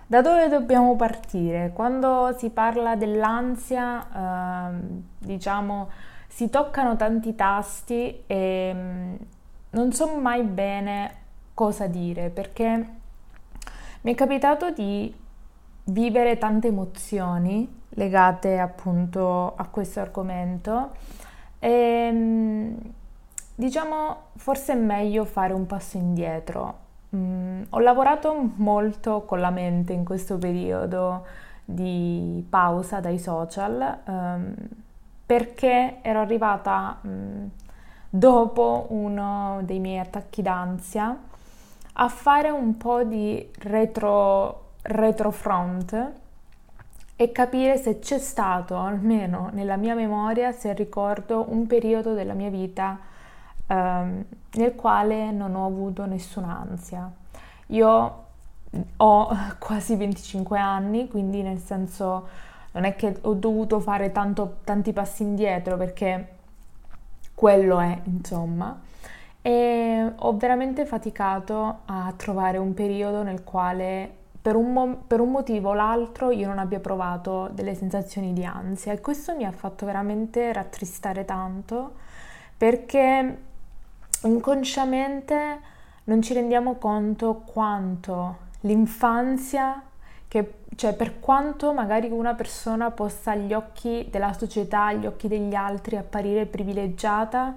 Da dove dobbiamo partire? Quando si parla dell'ansia, diciamo, si toccano tanti tasti e non so mai bene cosa dire perché mi è capitato di vivere tante emozioni legate appunto a questo argomento e diciamo forse è meglio fare un passo indietro. Ho lavorato molto con la mente in questo periodo di pausa dai social, perché ero arrivata, dopo uno dei miei attacchi d'ansia, a fare un po' di retrofront e capire se c'è stato, almeno nella mia memoria, se ricordo un periodo della mia vita nel quale non ho avuto nessuna ansia. Io ho quasi 25 anni, quindi nel senso non è che ho dovuto fare tanti passi indietro perché quello è, insomma, e ho veramente faticato a trovare un periodo nel quale per un motivo o l'altro io non abbia provato delle sensazioni di ansia e questo mi ha fatto veramente rattristare tanto perché inconsciamente non ci rendiamo conto quanto l'infanzia, cioè per quanto magari una persona possa agli occhi della società, agli occhi degli altri apparire privilegiata,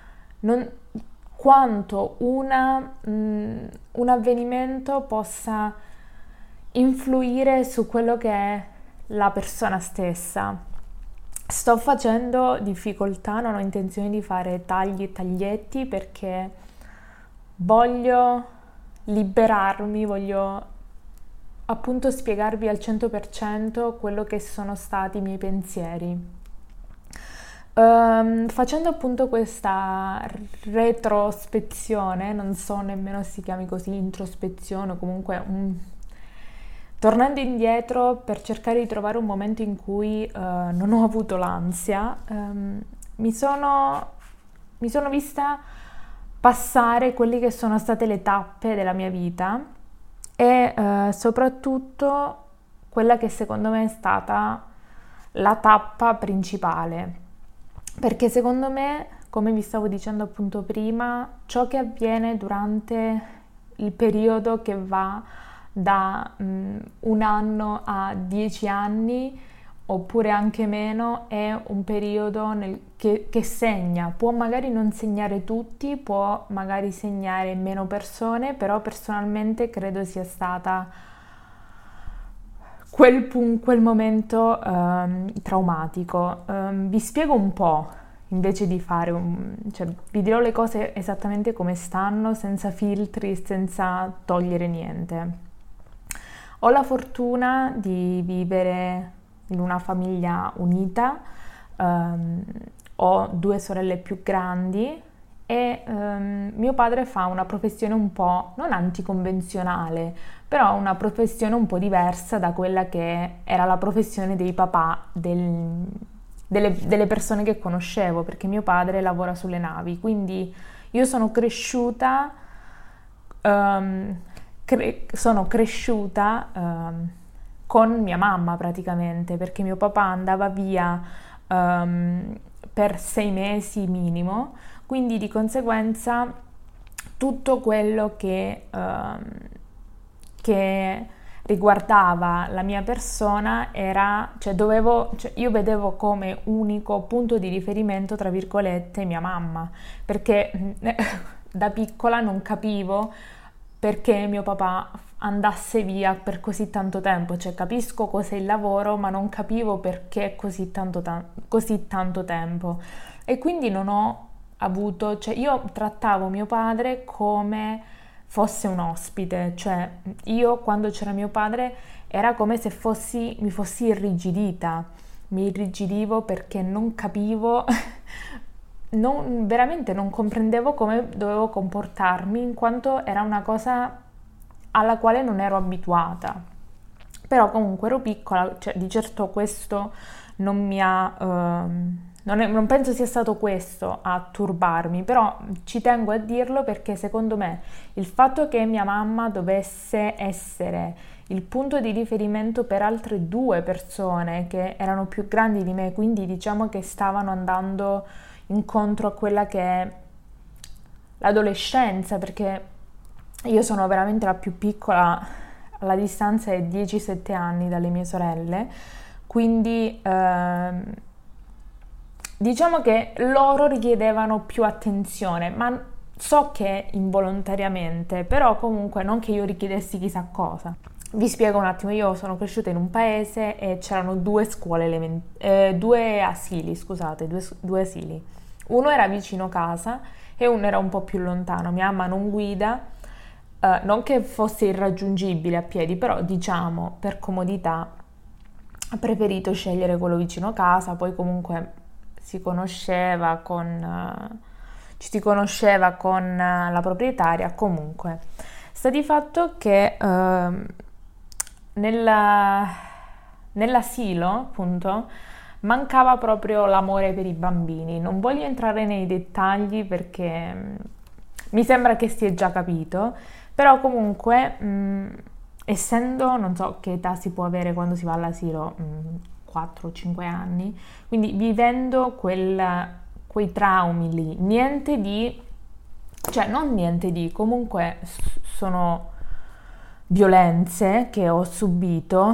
quanto un avvenimento possa influire su quello che è la persona stessa. Sto facendo difficoltà, non ho intenzione di fare tagli e taglietti perché voglio liberarmi, voglio appunto spiegarvi al 100% quello che sono stati i miei pensieri. Facendo appunto questa retrospezione, non so nemmeno se si chiami così, introspezione o comunque tornando indietro per cercare di trovare un momento in cui non ho avuto l'ansia, mi sono vista passare quelle che sono state le tappe della mia vita e soprattutto quella che secondo me è stata la tappa principale. Perché secondo me, come vi stavo dicendo appunto prima, ciò che avviene durante il periodo che va da un anno a 10 anni oppure anche meno è un periodo che segna, può magari non segnare tutti, può magari segnare meno persone, però personalmente credo sia stata quel momento traumatico. Vi spiego un po' invece di fare cioè vi dirò le cose esattamente come stanno, senza filtri, senza togliere niente. Ho la fortuna di vivere in una famiglia unita, ho due sorelle più grandi e mio padre fa una professione un po' non anticonvenzionale, però una professione un po' diversa da quella che era la professione dei papà delle persone che conoscevo, perché mio padre lavora sulle navi, quindi io sono cresciuta con mia mamma praticamente, perché mio papà andava via per 6 mesi minimo, quindi di conseguenza tutto quello che riguardava la mia persona era, cioè io vedevo come unico punto di riferimento, tra virgolette, mia mamma, perché da piccola non capivo perché mio papà andasse via per così tanto tempo, cioè capisco cos'è il lavoro, ma non capivo perché così tanto tempo. E quindi non ho avuto, cioè io trattavo mio padre come fosse un ospite, cioè io quando c'era mio padre era come se mi fossi irrigidita, mi irrigidivo perché non capivo veramente non comprendevo come dovevo comportarmi in quanto era una cosa alla quale non ero abituata. Però comunque ero piccola, cioè di certo questo non mi ha... non penso sia stato questo a turbarmi, però ci tengo a dirlo perché secondo me il fatto che mia mamma dovesse essere il punto di riferimento per altre 2 persone che erano più grandi di me, quindi diciamo che stavano andando incontro a quella che è l'adolescenza, perché io sono veramente la più piccola, la distanza è 10-7 anni dalle mie sorelle, quindi diciamo che loro richiedevano più attenzione, ma so che involontariamente, però comunque non che io richiedessi chissà cosa. Vi spiego un attimo, io sono cresciuta in un paese e c'erano 2 asili, scusate, due asili. Uno era vicino casa e uno era un po' più lontano. Mia mamma non guida, non che fosse irraggiungibile a piedi, però diciamo per comodità ha preferito scegliere quello vicino casa, poi comunque ci si conosceva con la proprietaria. Comunque sta di fatto che nell'asilo, appunto, mancava proprio l'amore per i bambini. Non voglio entrare nei dettagli perché mi sembra che si è già capito, però comunque, essendo, non so che età si può avere quando si va all'asilo, 4-5 anni, quindi vivendo quei traumi lì, comunque sono violenze che ho subito,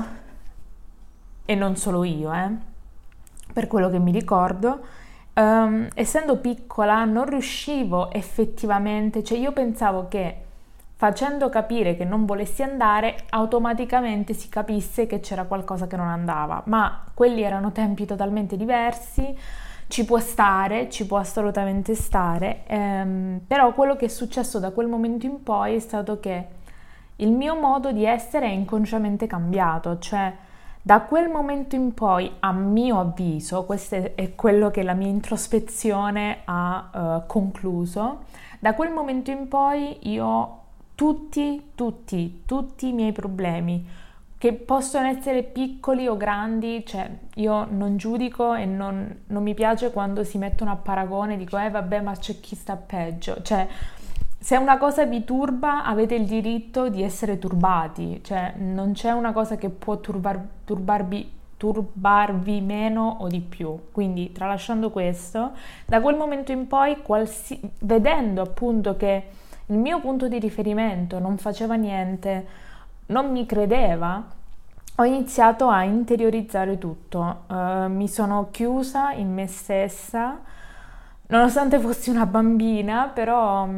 e non solo io, per quello che mi ricordo. Essendo piccola non riuscivo effettivamente, cioè io pensavo che facendo capire che non volessi andare automaticamente si capisse che c'era qualcosa che non andava, ma quelli erano tempi totalmente diversi. Ci può assolutamente stare, però quello che è successo da quel momento in poi è stato che il mio modo di essere è inconsciamente cambiato, cioè da quel momento in poi, a mio avviso, questo è quello che la mia introspezione ha concluso, da quel momento in poi io tutti i miei problemi, che possono essere piccoli o grandi, cioè io non giudico e non mi piace quando si mettono a paragone e dico vabbè, ma c'è chi sta peggio, cioè se una cosa vi turba avete il diritto di essere turbati, cioè non c'è una cosa che può turbarvi meno o di più. Quindi tralasciando questo, da quel momento in poi vedendo appunto che il mio punto di riferimento non faceva niente, non mi credeva, ho iniziato a interiorizzare tutto. Mi sono chiusa in me stessa, nonostante fossi una bambina, però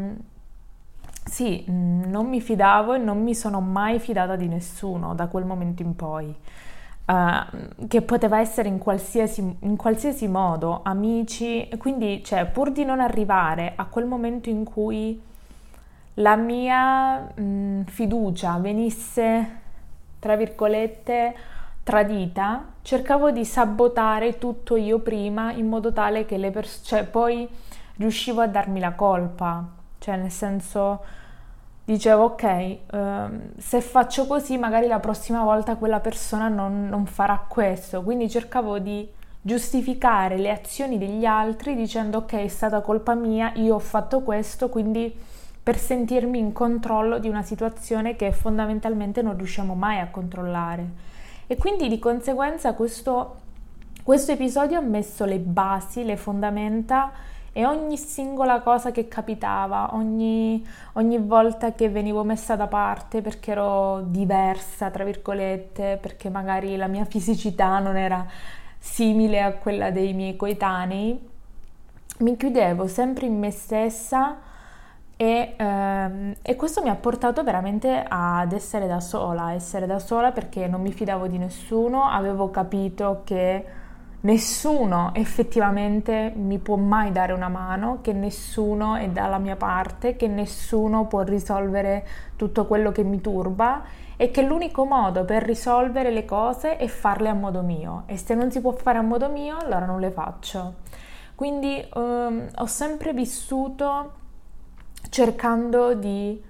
sì, non mi fidavo e non mi sono mai fidata di nessuno da quel momento in poi. Che poteva essere in qualsiasi modo, amici, quindi cioè, pur di non arrivare a quel momento in cui la mia fiducia venisse, tra virgolette, tradita, cercavo di sabotare tutto io prima in modo tale che cioè poi riuscivo a darmi la colpa, cioè nel senso dicevo ok, se faccio così magari la prossima volta quella persona non farà questo, quindi cercavo di giustificare le azioni degli altri dicendo ok, è stata colpa mia, io ho fatto questo, quindi per sentirmi in controllo di una situazione che fondamentalmente non riusciamo mai a controllare. E quindi di conseguenza questo episodio ha messo le basi, le fondamenta, e ogni singola cosa che capitava, ogni volta che venivo messa da parte perché ero diversa, tra virgolette, perché magari la mia fisicità non era simile a quella dei miei coetanei, mi chiudevo sempre in me stessa. E questo mi ha portato veramente ad essere da sola perché non mi fidavo di nessuno, avevo capito che nessuno effettivamente mi può mai dare una mano, che nessuno è dalla mia parte, che nessuno può risolvere tutto quello che mi turba e che l'unico modo per risolvere le cose è farle a modo mio, e se non si può fare a modo mio allora non le faccio. Quindi ho sempre vissuto cercando di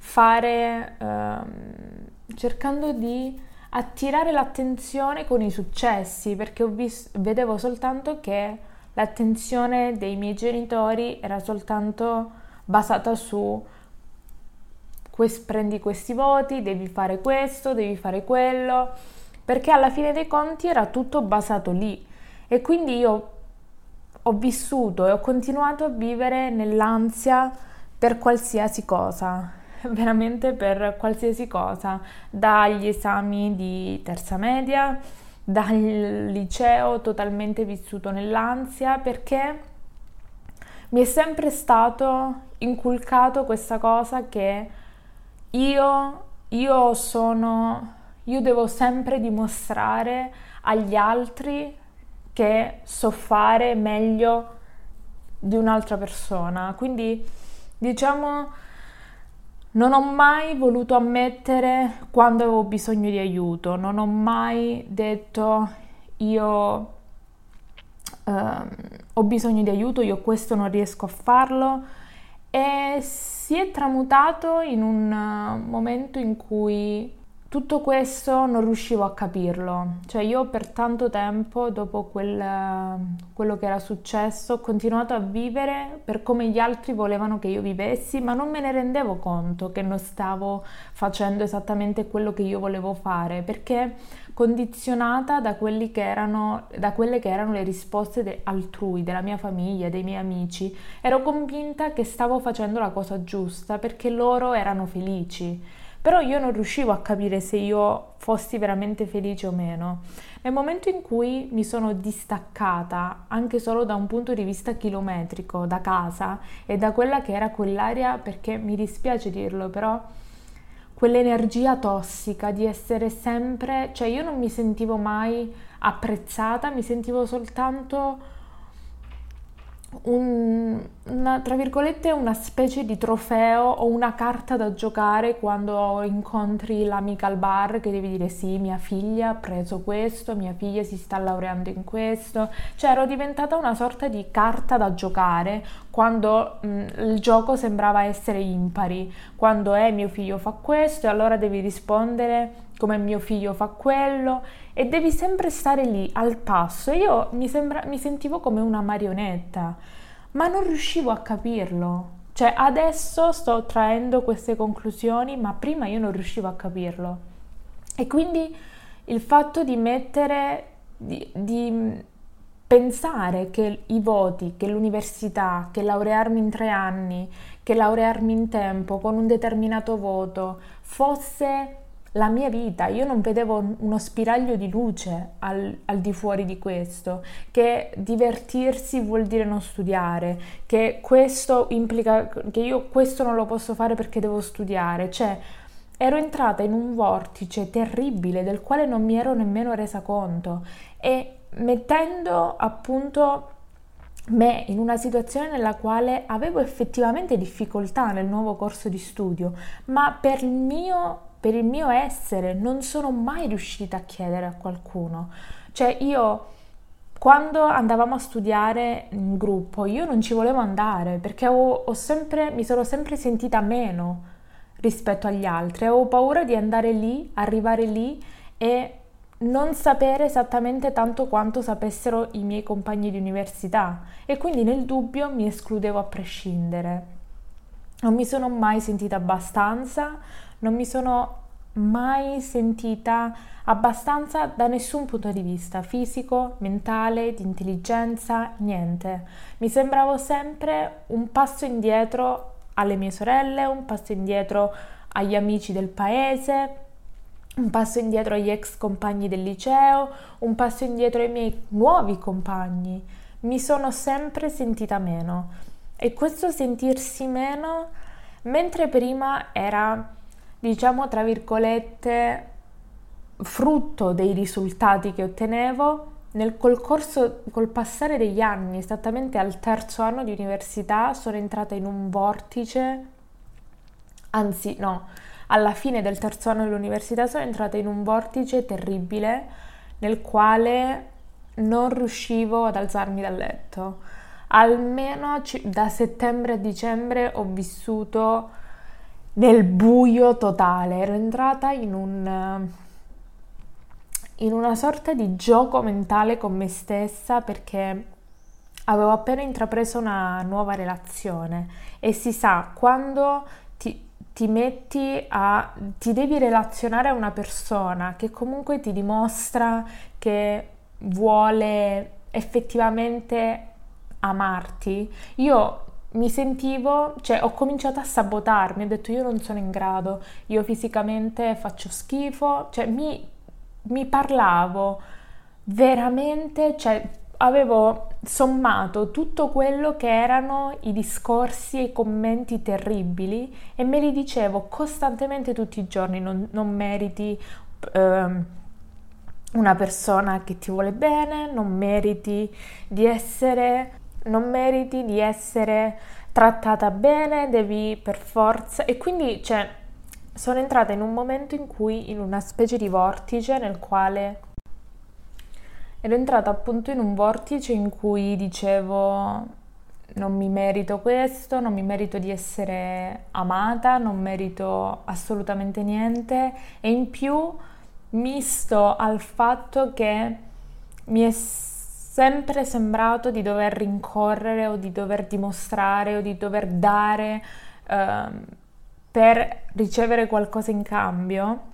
attirare l'attenzione con i successi, perché vedevo soltanto che l'attenzione dei miei genitori era soltanto basata su prendi questi voti, devi fare questo, devi fare quello, perché alla fine dei conti era tutto basato lì e quindi io ho vissuto e ho continuato a vivere nell'ansia per qualsiasi cosa, veramente per qualsiasi cosa, dagli esami di terza media, dal liceo totalmente vissuto nell'ansia perché mi è sempre stato inculcato questa cosa che io devo sempre dimostrare agli altri che so fare meglio di un'altra persona. Quindi, diciamo, non ho mai voluto ammettere quando avevo bisogno di aiuto, non ho mai detto io ho bisogno di aiuto, io questo non riesco a farlo e si è tramutato in un momento in cui tutto questo non riuscivo a capirlo, cioè io per tanto tempo dopo quello che era successo ho continuato a vivere per come gli altri volevano che io vivessi, ma non me ne rendevo conto che non stavo facendo esattamente quello che io volevo fare, perché condizionata da quelle che erano le risposte altrui, della mia famiglia, dei miei amici, ero convinta che stavo facendo la cosa giusta perché loro erano felici. Però io non riuscivo a capire se io fossi veramente felice o meno. Nel momento in cui mi sono distaccata, anche solo da un punto di vista chilometrico, da casa e da quella che era quell'area, perché mi dispiace dirlo, però quell'energia tossica di essere sempre, cioè io non mi sentivo mai apprezzata, mi sentivo soltanto tra virgolette una specie di trofeo o una carta da giocare quando incontri l'amica al bar che devi dire sì, mia figlia ha preso questo, mia figlia si sta laureando in questo, cioè ero diventata una sorta di carta da giocare quando il gioco sembrava essere impari, quando mio figlio fa questo e allora devi rispondere come mio figlio fa quello e devi sempre stare lì al passo e io mi sentivo come una marionetta, ma non riuscivo a capirlo. Cioè adesso sto traendo queste conclusioni, ma prima io non riuscivo a capirlo. E quindi il fatto di di pensare che i voti, che l'università, che laurearmi in 3 anni, che laurearmi in tempo con un determinato voto fosse la mia vita, io non vedevo uno spiraglio di luce al di fuori di questo, che divertirsi vuol dire non studiare, che questo implica che io questo non lo posso fare perché devo studiare, cioè ero entrata in un vortice terribile del quale non mi ero nemmeno resa conto e mettendo appunto me in una situazione nella quale avevo effettivamente difficoltà nel nuovo corso di studio, ma per il mio essere non sono mai riuscita a chiedere a qualcuno. Cioè io quando andavamo a studiare in gruppo io non ci volevo andare perché mi sono sempre sentita meno rispetto agli altri, avevo paura di andare lì, arrivare lì e non sapere esattamente tanto quanto sapessero i miei compagni di università e quindi nel dubbio mi escludevo a prescindere. Non mi sono mai sentita abbastanza, non mi sono mai sentita abbastanza da nessun punto di vista, fisico, mentale, di intelligenza, niente. Mi sembravo sempre un passo indietro alle mie sorelle, un passo indietro agli amici del paese, un passo indietro agli ex compagni del liceo, un passo indietro ai miei nuovi compagni. Mi sono sempre sentita meno e questo sentirsi meno, mentre prima era, diciamo, tra virgolette, frutto dei risultati che ottenevo, col passare degli anni, esattamente al 3° anno di università, sono entrata in un vortice, anzi no, alla fine del 3° anno dell'università sono entrata in un vortice terribile nel quale non riuscivo ad alzarmi dal letto. Almeno da settembre a dicembre ho vissuto nel buio totale, ero entrata in una sorta di gioco mentale con me stessa perché avevo appena intrapreso una nuova relazione e si sa, quando ti devi relazionare a una persona che comunque ti dimostra che vuole effettivamente amarti, io mi sentivo, cioè ho cominciato a sabotarmi, ho detto io non sono in grado, io fisicamente faccio schifo, cioè mi parlavo veramente, cioè avevo sommato tutto quello che erano i discorsi e i commenti terribili e me li dicevo costantemente tutti i giorni, non meriti una persona che ti vuole bene, non meriti di essere trattata bene, devi per forza. E quindi, cioè, sono entrata in un momento in una specie di vortice nel quale ero entrata appunto in un vortice in cui dicevo non mi merito questo, non mi merito di essere amata, non merito assolutamente niente e in più misto al fatto che mi è sempre sembrato di dover rincorrere o di dover dimostrare o di dover dare per ricevere qualcosa in cambio.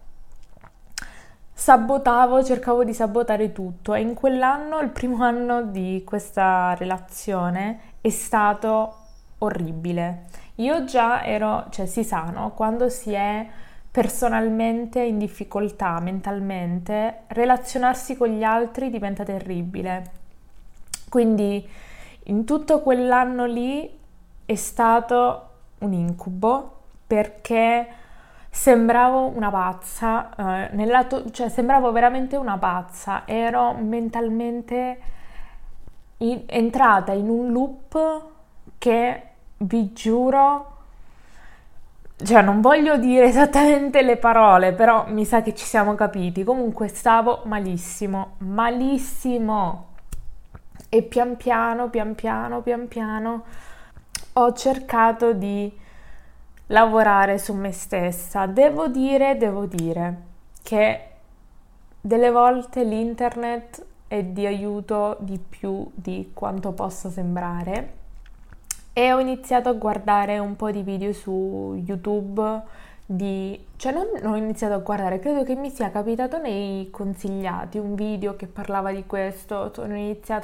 Cercavo di sabotare tutto e in quell'anno, il primo anno di questa relazione, è stato orribile. Io già ero, cioè si sa, no? Quando si è personalmente in difficoltà mentalmente, relazionarsi con gli altri diventa terribile. Quindi in tutto quell'anno lì è stato un incubo perché sembravo una pazza, cioè sembravo veramente una pazza, ero mentalmente entrata in un loop che vi giuro, cioè non voglio dire esattamente le parole, però mi sa che ci siamo capiti. Comunque stavo malissimo, malissimo. E pian piano ho cercato di lavorare su me stessa. Devo dire che delle volte l'internet è di aiuto di più di quanto possa sembrare e ho iniziato a guardare un po' di video su YouTube cioè non ho iniziato a guardare, credo che mi sia capitato nei consigliati un video che parlava di questo, ho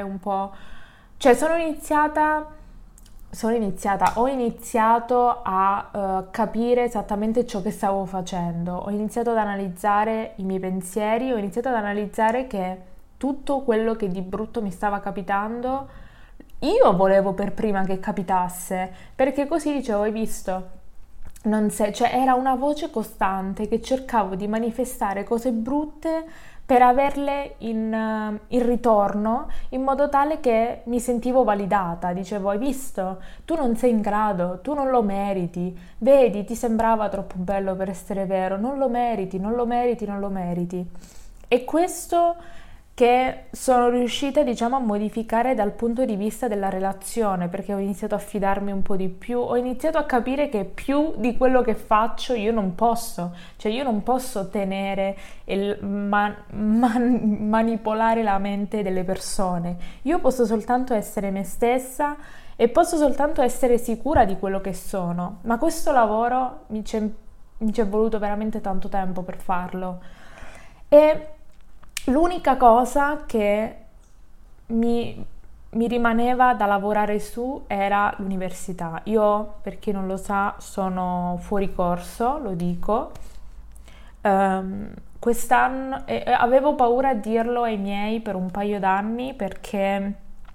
iniziato a capire esattamente ciò che stavo facendo, ho iniziato ad analizzare i miei pensieri, ho iniziato ad analizzare che tutto quello che di brutto mi stava capitando, io volevo per prima che capitasse, perché così dicevo, hai visto? Cioè era una voce costante che cercavo di manifestare cose brutte per averle in ritorno in modo tale che mi sentivo validata. Dicevo, hai visto? Tu non sei in grado, tu non lo meriti. Vedi, ti sembrava troppo bello per essere vero, non lo meriti, non lo meriti, non lo meriti. E questo che sono riuscita, diciamo, a modificare dal punto di vista della relazione, perché ho iniziato a fidarmi un po' di più, ho iniziato a capire che più di quello che faccio io non posso, cioè io non posso tenere e manipolare la mente delle persone, io posso soltanto essere me stessa e posso soltanto essere sicura di quello che sono, ma questo lavoro mi ci è voluto veramente tanto tempo per farlo. E l'unica cosa che mi rimaneva da lavorare su era l'università. Io, per chi non lo sa, sono fuori corso, lo dico. Quest'anno avevo paura a dirlo ai miei per un paio d'anni perché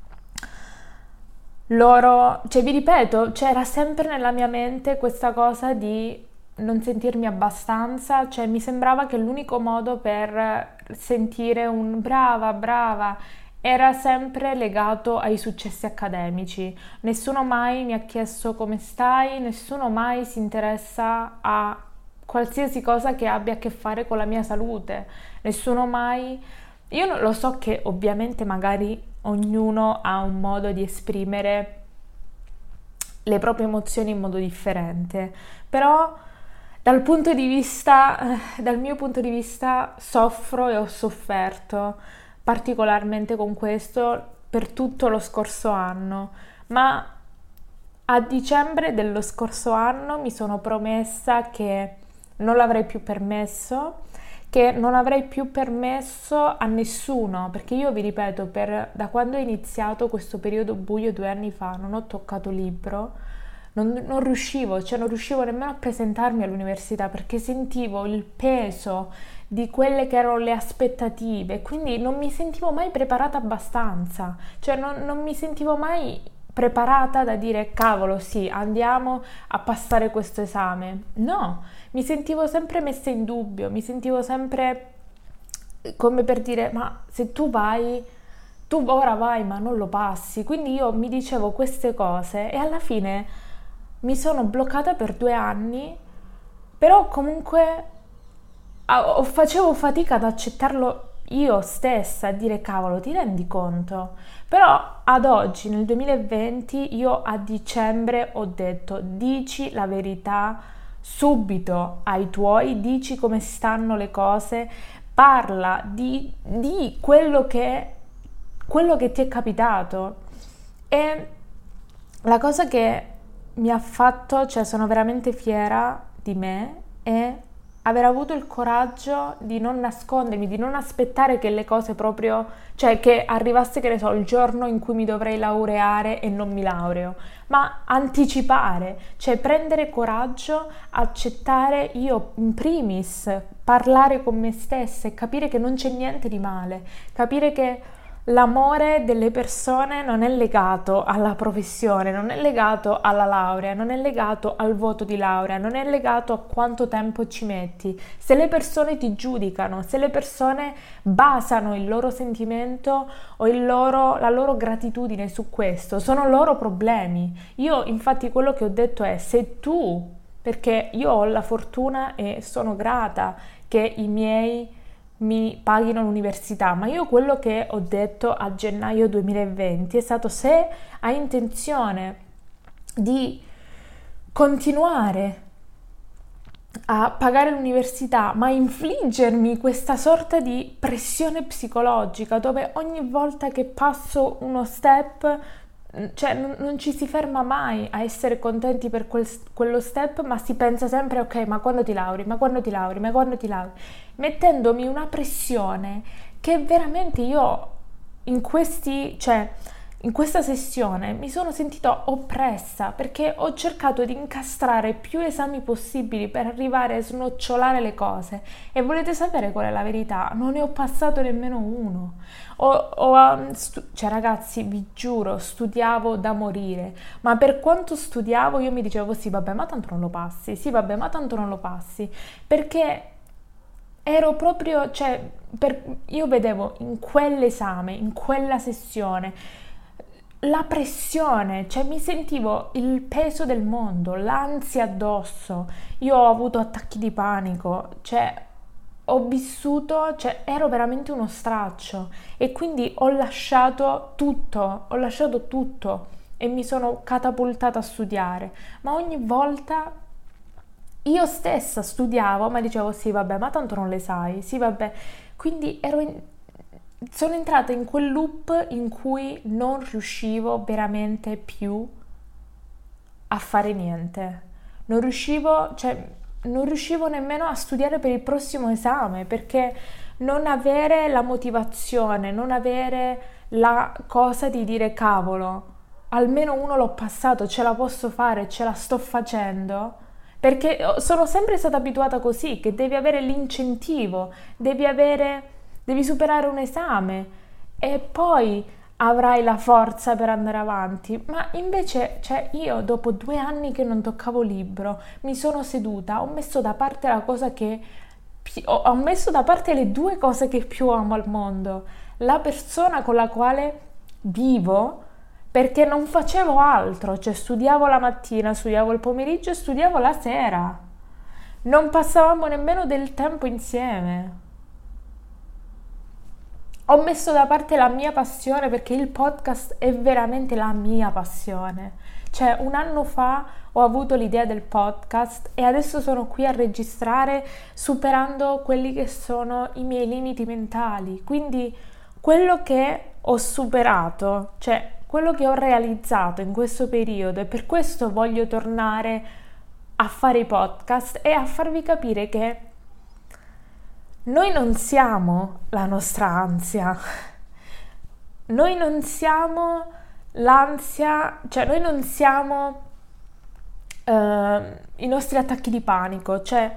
cioè vi ripeto, c'era sempre nella mia mente questa cosa di non sentirmi abbastanza, cioè mi sembrava che l'unico modo per sentire un brava era sempre legato ai successi accademici. Nessuno mai mi ha chiesto come stai, nessuno mai si interessa a qualsiasi cosa che abbia a che fare con la mia salute, nessuno mai. Io non lo so che ovviamente magari ognuno ha un modo di esprimere le proprie emozioni in modo differente, però dal mio punto di vista soffro e ho sofferto particolarmente con questo per tutto lo scorso anno, ma A dicembre dello scorso anno mi sono promessa che non l'avrei più permesso, che non avrei più permesso a nessuno, perché io vi ripeto, da quando ho iniziato questo periodo buio 2 anni fa, non ho toccato libro, non riuscivo, cioè non riuscivo nemmeno a presentarmi all'università perché sentivo il peso di quelle che erano le aspettative, quindi non mi sentivo mai preparata abbastanza, cioè non mi sentivo mai preparata da dire cavolo sì, andiamo a passare questo esame. No, mi sentivo sempre messa in dubbio, mi sentivo sempre come per dire ma se tu vai, tu ora vai ma non lo passi. Quindi io mi dicevo queste cose e alla fine mi sono bloccata per 2 anni, però comunque facevo fatica ad accettarlo io stessa, a dire cavolo, ti rendi conto? Però ad oggi, nel 2020, io a dicembre ho detto dici la verità subito ai tuoi, dici come stanno le cose, parla di quello che ti è capitato. E la cosa che mi ha fatto, cioè sono veramente fiera di me, è aver avuto il coraggio di non nascondermi, di non aspettare che le cose proprio, cioè che arrivasse, che ne so, il giorno in cui mi dovrei laureare e non mi laureo, ma anticipare, cioè prendere coraggio, accettare io in primis, parlare con me stessa e capire che non c'è niente di male, capire che l'amore delle persone non è legato alla professione, non è legato alla laurea, non è legato al voto di laurea, non è legato a quanto tempo ci metti. Se le persone ti giudicano, se le persone basano il loro sentimento o la loro gratitudine su questo, sono loro problemi. Io infatti quello che ho detto è se tu, perché io ho la fortuna e sono grata che i miei mi paghino l'università, ma io quello che ho detto a gennaio 2020 è stato se hai intenzione di continuare a pagare l'università, ma infliggermi questa sorta di pressione psicologica dove ogni volta che passo uno step, cioè non ci si ferma mai a essere contenti per quello step, ma si pensa sempre ok, ma quando ti lauri, ma quando ti lauri, ma quando ti lauri, mettendomi una pressione che veramente io in questa sessione mi sono sentita oppressa perché ho cercato di incastrare più esami possibili per arrivare a snocciolare le cose e volete sapere qual è la verità? Non ne ho passato nemmeno uno. Cioè ragazzi, vi giuro, studiavo da morire, ma per quanto studiavo io mi dicevo sì vabbè ma tanto non lo passi, sì vabbè ma tanto non lo passi, perché ero proprio, cioè io vedevo in quell'esame, in quella sessione la pressione, cioè mi sentivo il peso del mondo, l'ansia addosso, io ho avuto attacchi di panico, cioè ho vissuto, cioè ero veramente uno straccio e quindi ho lasciato tutto e mi sono catapultata a studiare, ma ogni volta io stessa studiavo, ma dicevo sì vabbè, ma tanto non le sai, sì vabbè, quindi sono entrata in quel loop in cui non riuscivo veramente più a fare niente. Non riuscivo nemmeno a studiare per il prossimo esame perché non avere la motivazione, non avere la cosa di dire cavolo, almeno uno l'ho passato, ce la posso fare, ce la sto facendo. Perché sono sempre stata abituata così, che devi avere l'incentivo, devi superare un esame e poi avrai la forza per andare avanti. Ma invece, cioè, io dopo 2 anni che non toccavo libro, mi sono seduta, ho messo da parte la cosa che ho messo da parte le 2 cose che più amo al mondo, la persona con la quale vivo, perché non facevo altro, cioè studiavo la mattina, studiavo il pomeriggio e studiavo la sera. Non passavamo nemmeno del tempo insieme. Ho messo da parte la mia passione perché il podcast è veramente la mia passione. Cioè, 1 anno fa ho avuto l'idea del podcast e adesso sono qui a registrare superando quelli che sono i miei limiti mentali. Quindi quello che ho superato, cioè quello che ho realizzato in questo periodo, e per questo voglio tornare a fare i podcast e a farvi capire che noi non siamo la nostra ansia, noi non siamo l'ansia, cioè noi non siamo i nostri attacchi di panico, cioè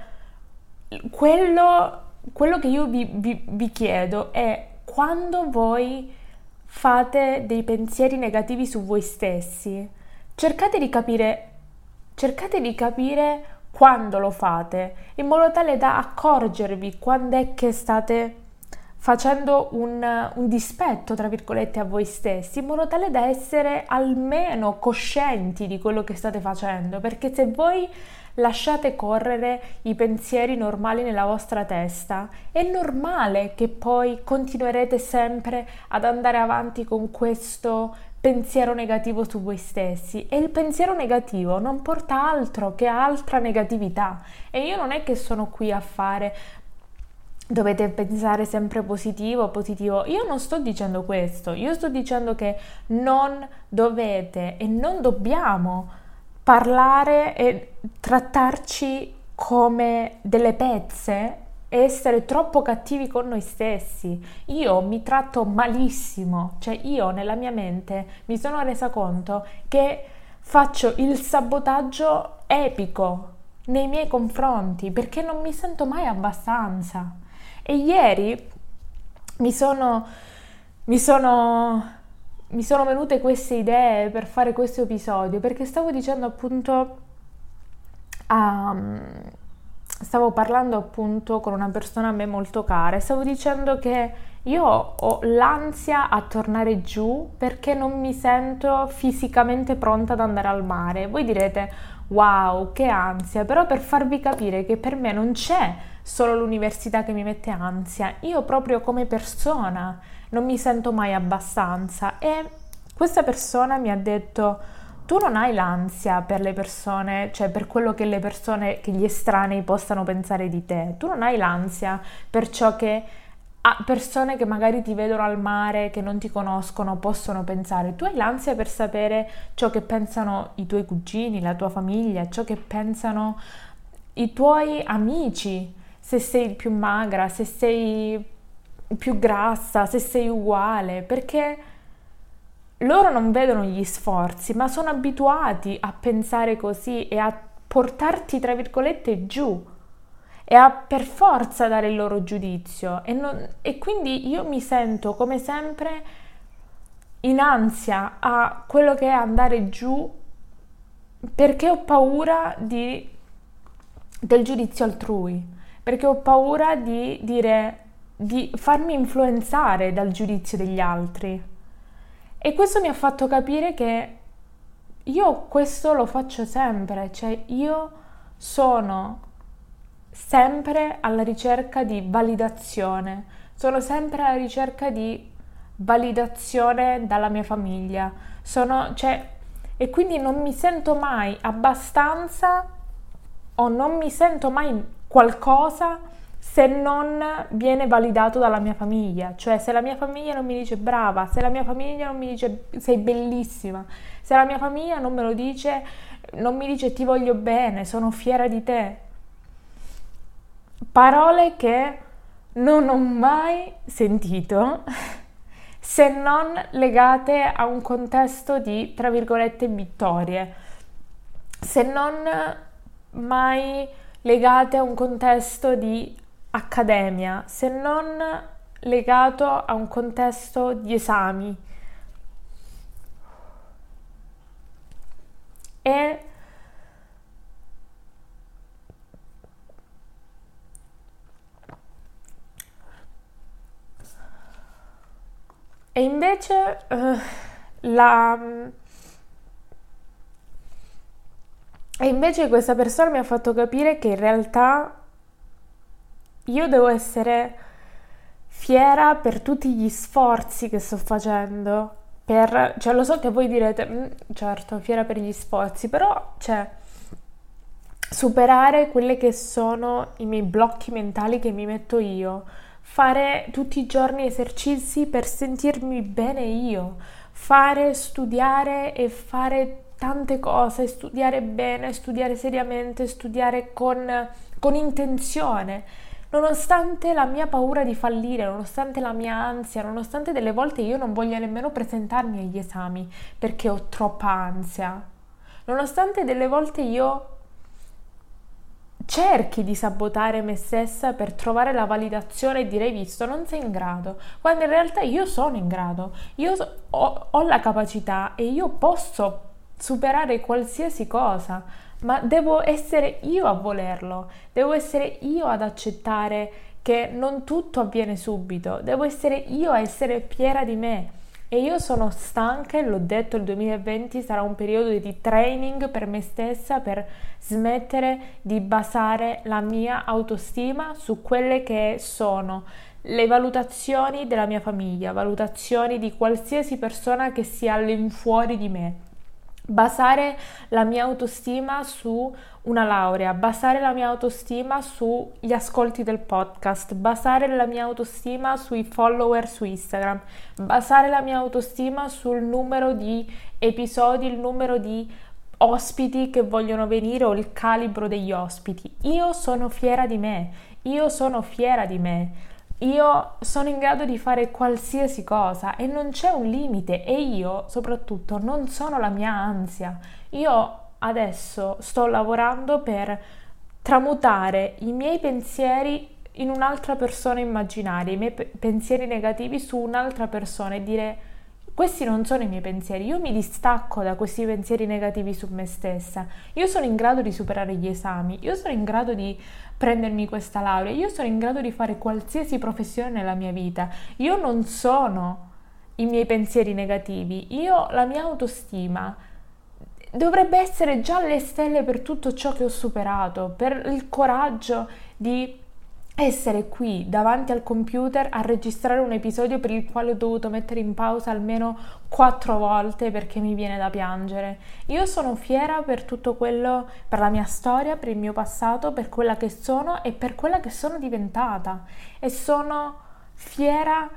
quello che io vi chiedo è: quando voi fate dei pensieri negativi su voi stessi, cercate di capire quando lo fate, in modo tale da accorgervi quando è che state facendo un dispetto, tra virgolette, a voi stessi, in modo tale da essere almeno coscienti di quello che state facendo, perché se voi lasciate correre i pensieri normali nella vostra testa, è normale che poi continuerete sempre ad andare avanti con questo pensiero negativo su voi stessi, e il pensiero negativo non porta altro che altra negatività. E io non è che sono qui a fare dovete pensare sempre positivo, io non sto dicendo questo, io sto dicendo che non dovete e non dobbiamo parlare e trattarci come delle pezze e essere troppo cattivi con noi stessi. Io mi tratto malissimo, cioè io nella mia mente mi sono resa conto che faccio il sabotaggio epico nei miei confronti perché non mi sento mai abbastanza. E ieri mi sono venute queste idee per fare questo episodio, perché stavo dicendo appunto stavo parlando appunto con una persona a me molto cara e stavo dicendo che io ho l'ansia a tornare giù perché non mi sento fisicamente pronta ad andare al mare. Voi direte: wow, che ansia! Però per farvi capire che per me non c'è solo l'università che mi mette ansia, io proprio come persona non mi sento mai abbastanza. E questa persona mi ha detto: tu non hai l'ansia per le persone, cioè per quello che le persone, che gli estranei possano pensare di te, tu non hai l'ansia per ciò che persone che magari ti vedono al mare, che non ti conoscono, possono pensare. Tu hai l'ansia per sapere ciò che pensano i tuoi cugini, la tua famiglia, ciò che pensano i tuoi amici, se sei più magra, se sei più grassa, se sei uguale, perché loro non vedono gli sforzi, ma sono abituati a pensare così e a portarti, tra virgolette, giù e a per forza dare il loro giudizio. E quindi io mi sento come sempre in ansia a quello che è andare giù, perché ho paura del giudizio altrui, perché ho paura di farmi influenzare dal giudizio degli altri. E questo mi ha fatto capire che io questo lo faccio sempre, cioè io sono sempre alla ricerca di validazione, sono sempre alla ricerca di validazione dalla mia famiglia, e quindi non mi sento mai abbastanza o non mi sento mai qualcosa se non viene validato dalla mia famiglia. Cioè, se la mia famiglia non mi dice brava, se la mia famiglia non mi dice sei bellissima, se la mia famiglia non me lo dice, non mi dice ti voglio bene, sono fiera di te. Parole che non ho mai sentito se non legate a un contesto di, tra virgolette, vittorie, se non mai legate a un contesto di accademia, se non legato a un contesto di esami. E invece questa persona mi ha fatto capire che in realtà io devo essere fiera per tutti gli sforzi che sto facendo. Cioè, lo so che voi direte, certo, fiera per gli sforzi, però, cioè, superare quelli che sono i miei blocchi mentali che mi metto io, fare tutti i giorni esercizi per sentirmi bene io, fare, studiare e fare tante cose, studiare bene, studiare seriamente, studiare con intenzione. Nonostante la mia paura di fallire, nonostante la mia ansia, nonostante delle volte io non voglia nemmeno presentarmi agli esami perché ho troppa ansia, nonostante delle volte io cerchi di sabotare me stessa per trovare la validazione e dire hai visto, non sei in grado, quando in realtà io sono in grado, ho la capacità e io posso superare qualsiasi cosa, ma devo essere io a volerlo, devo essere io ad accettare che non tutto avviene subito, devo essere io a essere fiera di me. E io sono stanca e l'ho detto, il 2020 sarà un periodo di training per me stessa, per smettere di basare la mia autostima su quelle che sono le valutazioni della mia famiglia, valutazioni di qualsiasi persona che sia all'infuori di me. Basare la mia autostima su una laurea, basare la mia autostima sugli ascolti del podcast, basare la mia autostima sui follower su Instagram, basare la mia autostima sul numero di episodi, il numero di ospiti che vogliono venire o il calibro degli ospiti. Io sono fiera di me, io sono fiera di me. Io sono in grado di fare qualsiasi cosa e non c'è un limite e io soprattutto non sono la mia ansia. Io adesso sto lavorando per tramutare i miei pensieri in un'altra persona immaginaria, i miei pensieri negativi su un'altra persona e dire questi non sono i miei pensieri, io mi distacco da questi pensieri negativi su me stessa, io sono in grado di superare gli esami, io sono in grado di prendermi questa laurea, io sono in grado di fare qualsiasi professione nella mia vita, io non sono i miei pensieri negativi, la mia autostima dovrebbe essere già alle stelle per tutto ciò che ho superato, per il coraggio di essere qui davanti al computer a registrare un episodio per il quale ho dovuto mettere in pausa almeno 4 volte perché mi viene da piangere. Io sono fiera per tutto quello, per la mia storia, per il mio passato, per quella che sono e per quella che sono diventata. E sono fiera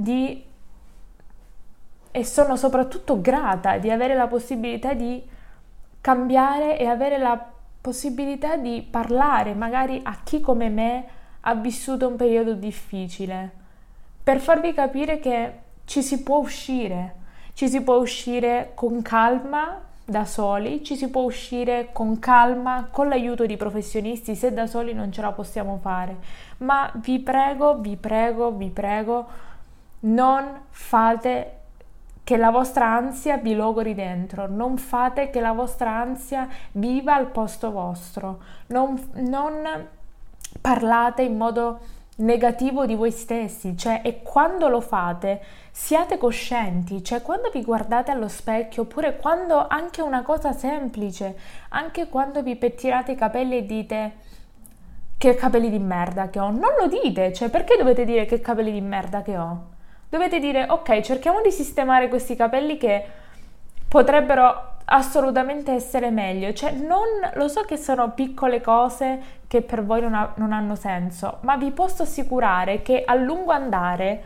e sono soprattutto grata di avere la possibilità di cambiare e avere la possibilità di parlare magari a chi come me ha vissuto un periodo difficile, per farvi capire che ci si può uscire con calma da soli, ci si può uscire con calma con l'aiuto di professionisti se da soli non ce la possiamo fare, ma vi prego, non fate che la vostra ansia vi logori dentro, non fate che la vostra ansia viva al posto vostro, non parlate in modo negativo di voi stessi, cioè, e quando lo fate siate coscienti, cioè quando vi guardate allo specchio oppure quando anche una cosa semplice, anche quando vi pettinate i capelli e dite che capelli di merda che ho, non lo dite, cioè perché dovete dire che capelli di merda che ho? Dovete dire ok, cerchiamo di sistemare questi capelli che potrebbero assolutamente essere meglio, cioè non lo so che sono piccole cose che per voi non hanno senso, ma vi posso assicurare che a lungo andare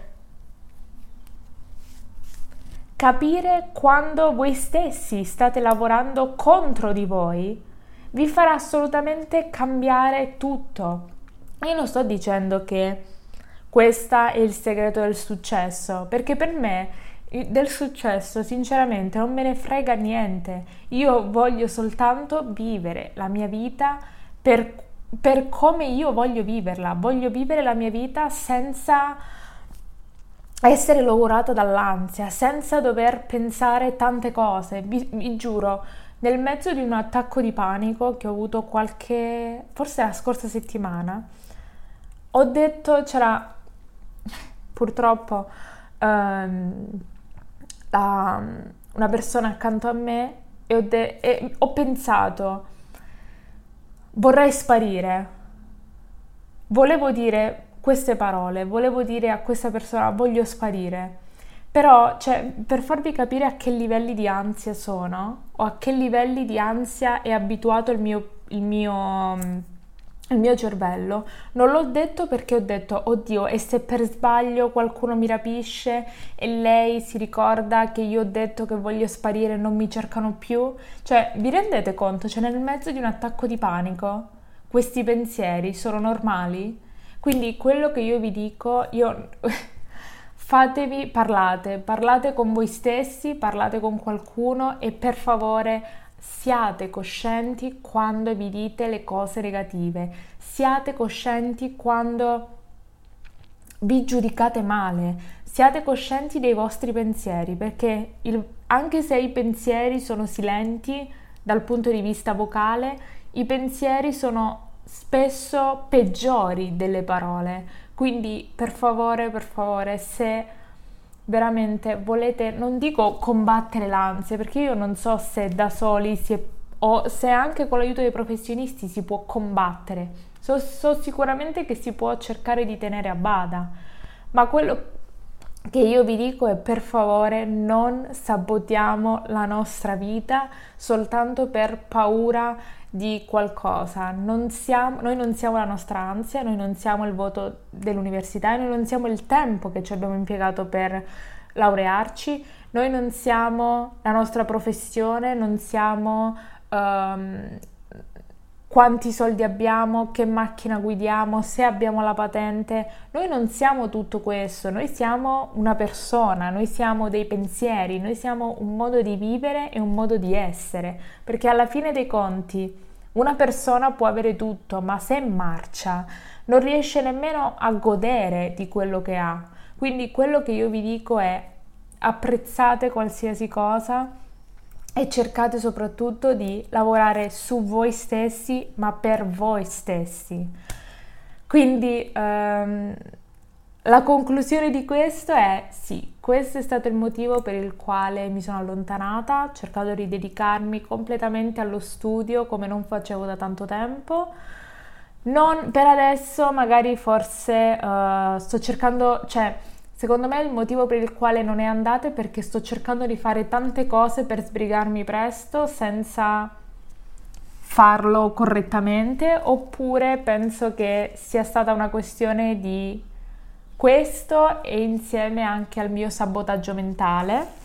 capire quando voi stessi state lavorando contro di voi vi farà assolutamente cambiare tutto. Io non sto dicendo che questo è il segreto del successo, perché per me del successo sinceramente non me ne frega niente. Io voglio soltanto vivere la mia vita per come io voglio viverla. Voglio vivere la mia vita senza essere logorata dall'ansia, senza dover pensare tante cose. Vi giuro, nel mezzo di un attacco di panico che ho avuto forse la scorsa settimana, ho detto, c'era purtroppo una persona accanto a me e ho pensato vorrei sparire, volevo dire queste parole, volevo dire a questa persona voglio sparire, però cioè, per farvi capire a che livelli di ansia sono o a che livelli di ansia è abituato il mio il mio cervello. Non l'ho detto perché ho detto, oddio, e se per sbaglio qualcuno mi rapisce e lei si ricorda che io ho detto che voglio sparire e non mi cercano più? Cioè, vi rendete conto? Cioè, nel mezzo di un attacco di panico, questi pensieri sono normali? Quindi quello che io vi dico, io fatevi, parlate con voi stessi, parlate con qualcuno e per favore siate coscienti quando vi dite le cose negative, siate coscienti quando vi giudicate male, siate coscienti dei vostri pensieri, perché anche se i pensieri sono silenti dal punto di vista vocale, i pensieri sono spesso peggiori delle parole. Quindi per favore, se veramente volete, non dico combattere l'ansia, perché io non so se da soli o se anche con l'aiuto dei professionisti si può combattere. So sicuramente che si può cercare di tenere a bada, ma quello che io vi dico è per favore non sabotiamo la nostra vita soltanto per paura di qualcosa. Noi non siamo la nostra ansia, noi non siamo il voto dell'università, noi non siamo il tempo che ci abbiamo impiegato per laurearci, noi non siamo la nostra professione, non siamo quanti soldi abbiamo, che macchina guidiamo, se abbiamo la patente. Noi non siamo tutto questo, noi siamo una persona, noi siamo dei pensieri, noi siamo un modo di vivere e un modo di essere, perché alla fine dei conti una persona può avere tutto, ma se marcia non riesce nemmeno a godere di quello che ha. Quindi quello che io vi dico è apprezzate qualsiasi cosa e cercate soprattutto di lavorare su voi stessi, ma per voi stessi. Quindi la conclusione di questo è sì, questo è stato il motivo per il quale mi sono allontanata, ho cercato di dedicarmi completamente allo studio come non facevo da tanto tempo. Non per adesso, magari forse sto cercando, cioè secondo me il motivo per il quale non è andata è perché sto cercando di fare tante cose per sbrigarmi presto senza farlo correttamente, oppure penso che sia stata una questione di questo e insieme anche al mio sabotaggio mentale.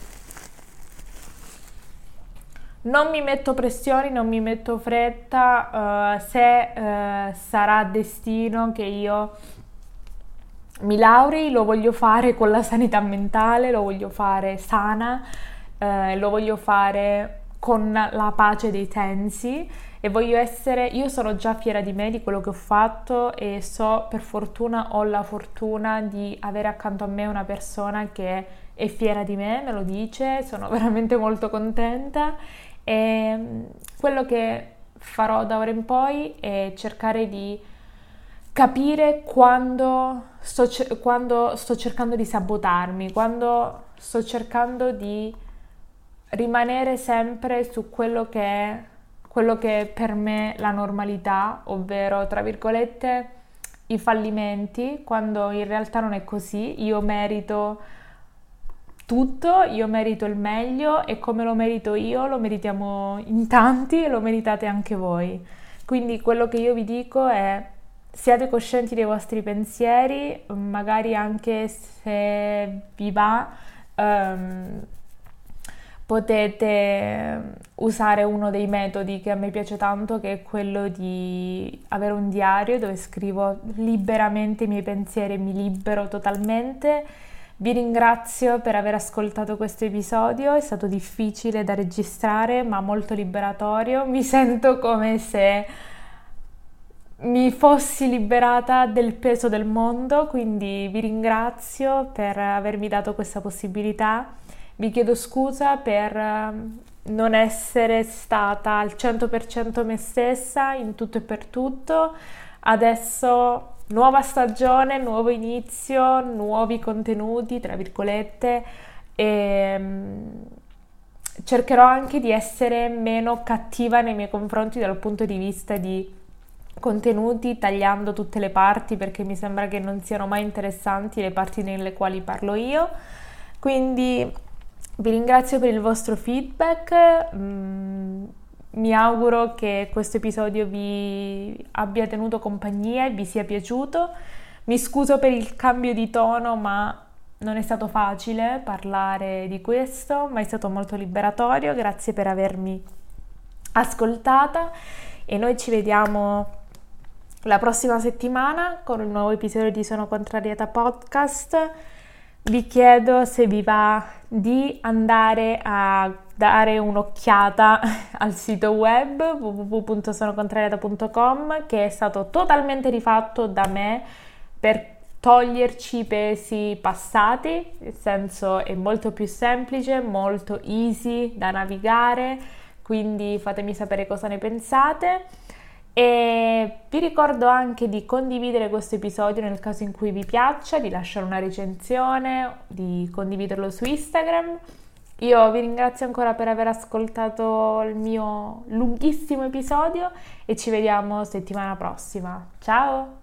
Non mi metto pressioni, non mi metto fretta, se sarà destino che io mi laurei, lo voglio fare con la sanità mentale, lo voglio fare sana, lo voglio fare con la pace dei sensi e voglio essere, io sono già fiera di me, di quello che ho fatto e per fortuna ho la fortuna di avere accanto a me una persona che è fiera di me, me lo dice, sono veramente molto contenta e quello che farò da ora in poi è cercare di capire quando sto cercando di sabotarmi, quando sto cercando di rimanere sempre su quello che è per me la normalità, ovvero tra virgolette i fallimenti, quando in realtà non è così. Io merito tutto, io merito il meglio e come lo merito io lo meritiamo in tanti e lo meritate anche voi. Quindi quello che io vi dico è siate coscienti dei vostri pensieri, magari anche se vi va, potete usare uno dei metodi che a me piace tanto, che è quello di avere un diario dove scrivo liberamente i miei pensieri e mi libero totalmente. Vi ringrazio per aver ascoltato questo episodio, è stato difficile da registrare ma molto liberatorio, mi sento come se mi fossi liberata del peso del mondo, quindi vi ringrazio per avermi dato questa possibilità. Vi chiedo scusa per non essere stata al 100% me stessa in tutto e per tutto. Adesso nuova stagione, nuovo inizio, nuovi contenuti, tra virgolette, e cercherò anche di essere meno cattiva nei miei confronti dal punto di vista di contenuti, tagliando tutte le parti perché mi sembra che non siano mai interessanti le parti nelle quali parlo io. Quindi vi ringrazio per il vostro feedback, mi auguro che questo episodio vi abbia tenuto compagnia e vi sia piaciuto. Mi scuso per il cambio di tono, ma non è stato facile parlare di questo, ma è stato molto liberatorio. Grazie per avermi ascoltata e noi ci vediamo la prossima settimana con un nuovo episodio di Sono Contrariata Podcast. Vi chiedo se vi va di andare a dare un'occhiata al sito web www.sonocontrariata.com, che è stato totalmente rifatto da me per toglierci i pesi passati, nel senso è molto più semplice, molto easy da navigare, quindi fatemi sapere cosa ne pensate. E vi ricordo anche di condividere questo episodio nel caso in cui vi piaccia, di lasciare una recensione, di condividerlo su Instagram. Io vi ringrazio ancora per aver ascoltato il mio lunghissimo episodio e ci vediamo settimana prossima. Ciao!